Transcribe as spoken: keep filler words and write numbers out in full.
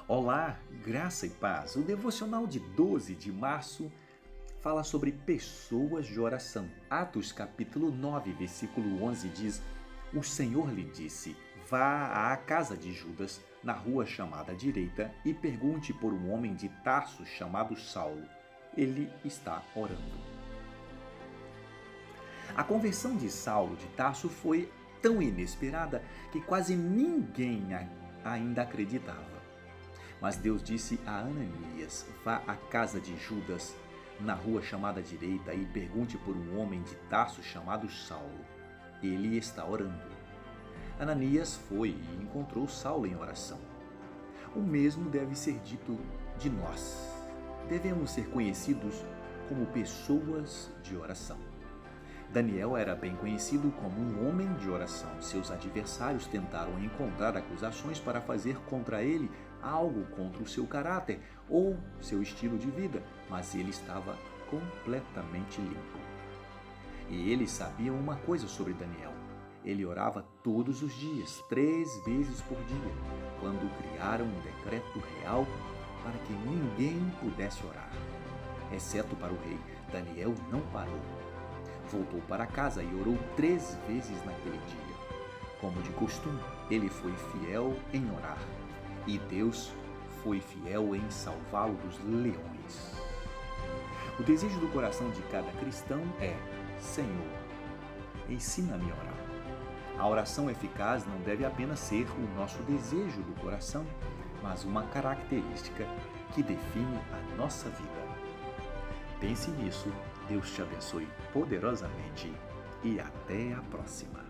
Olá, graça e paz. O devocional de doze de março fala sobre pessoas de oração. Atos capítulo nove, versículo onze diz: O Senhor lhe disse: Vá à casa de Judas, na rua chamada direita, e pergunte por um homem de Tarso chamado Saulo. Ele está orando. A conversão de Saulo de Tarso foi tão inesperada que quase ninguém ainda acreditava. Mas Deus disse a Ananias: Vá à casa de Judas, na rua chamada direita, e pergunte por um homem de Tarso chamado Saulo. Ele está orando. Ananias foi e encontrou Saulo em oração. O mesmo deve ser dito de nós. Devemos ser conhecidos como pessoas de oração. Daniel era bem conhecido como um homem de oração. Seus adversários tentaram encontrar acusações para fazer contra ele algo contra o seu caráter ou seu estilo de vida, mas ele estava completamente limpo. E eles sabiam uma coisa sobre Daniel: ele orava todos os dias, três vezes por dia, quando criaram um decreto real para que ninguém pudesse orar. Exceto para o rei, Daniel não parou. Voltou para casa e orou três vezes naquele dia. Como de costume, ele foi fiel em orar, e Deus foi fiel em salvá-lo dos leões. O desejo do coração de cada cristão é: Senhor, ensina-me a orar. A oração eficaz não deve apenas ser o nosso desejo do coração, mas uma característica que define a nossa vida. Pense nisso, Deus te abençoe poderosamente e até a próxima.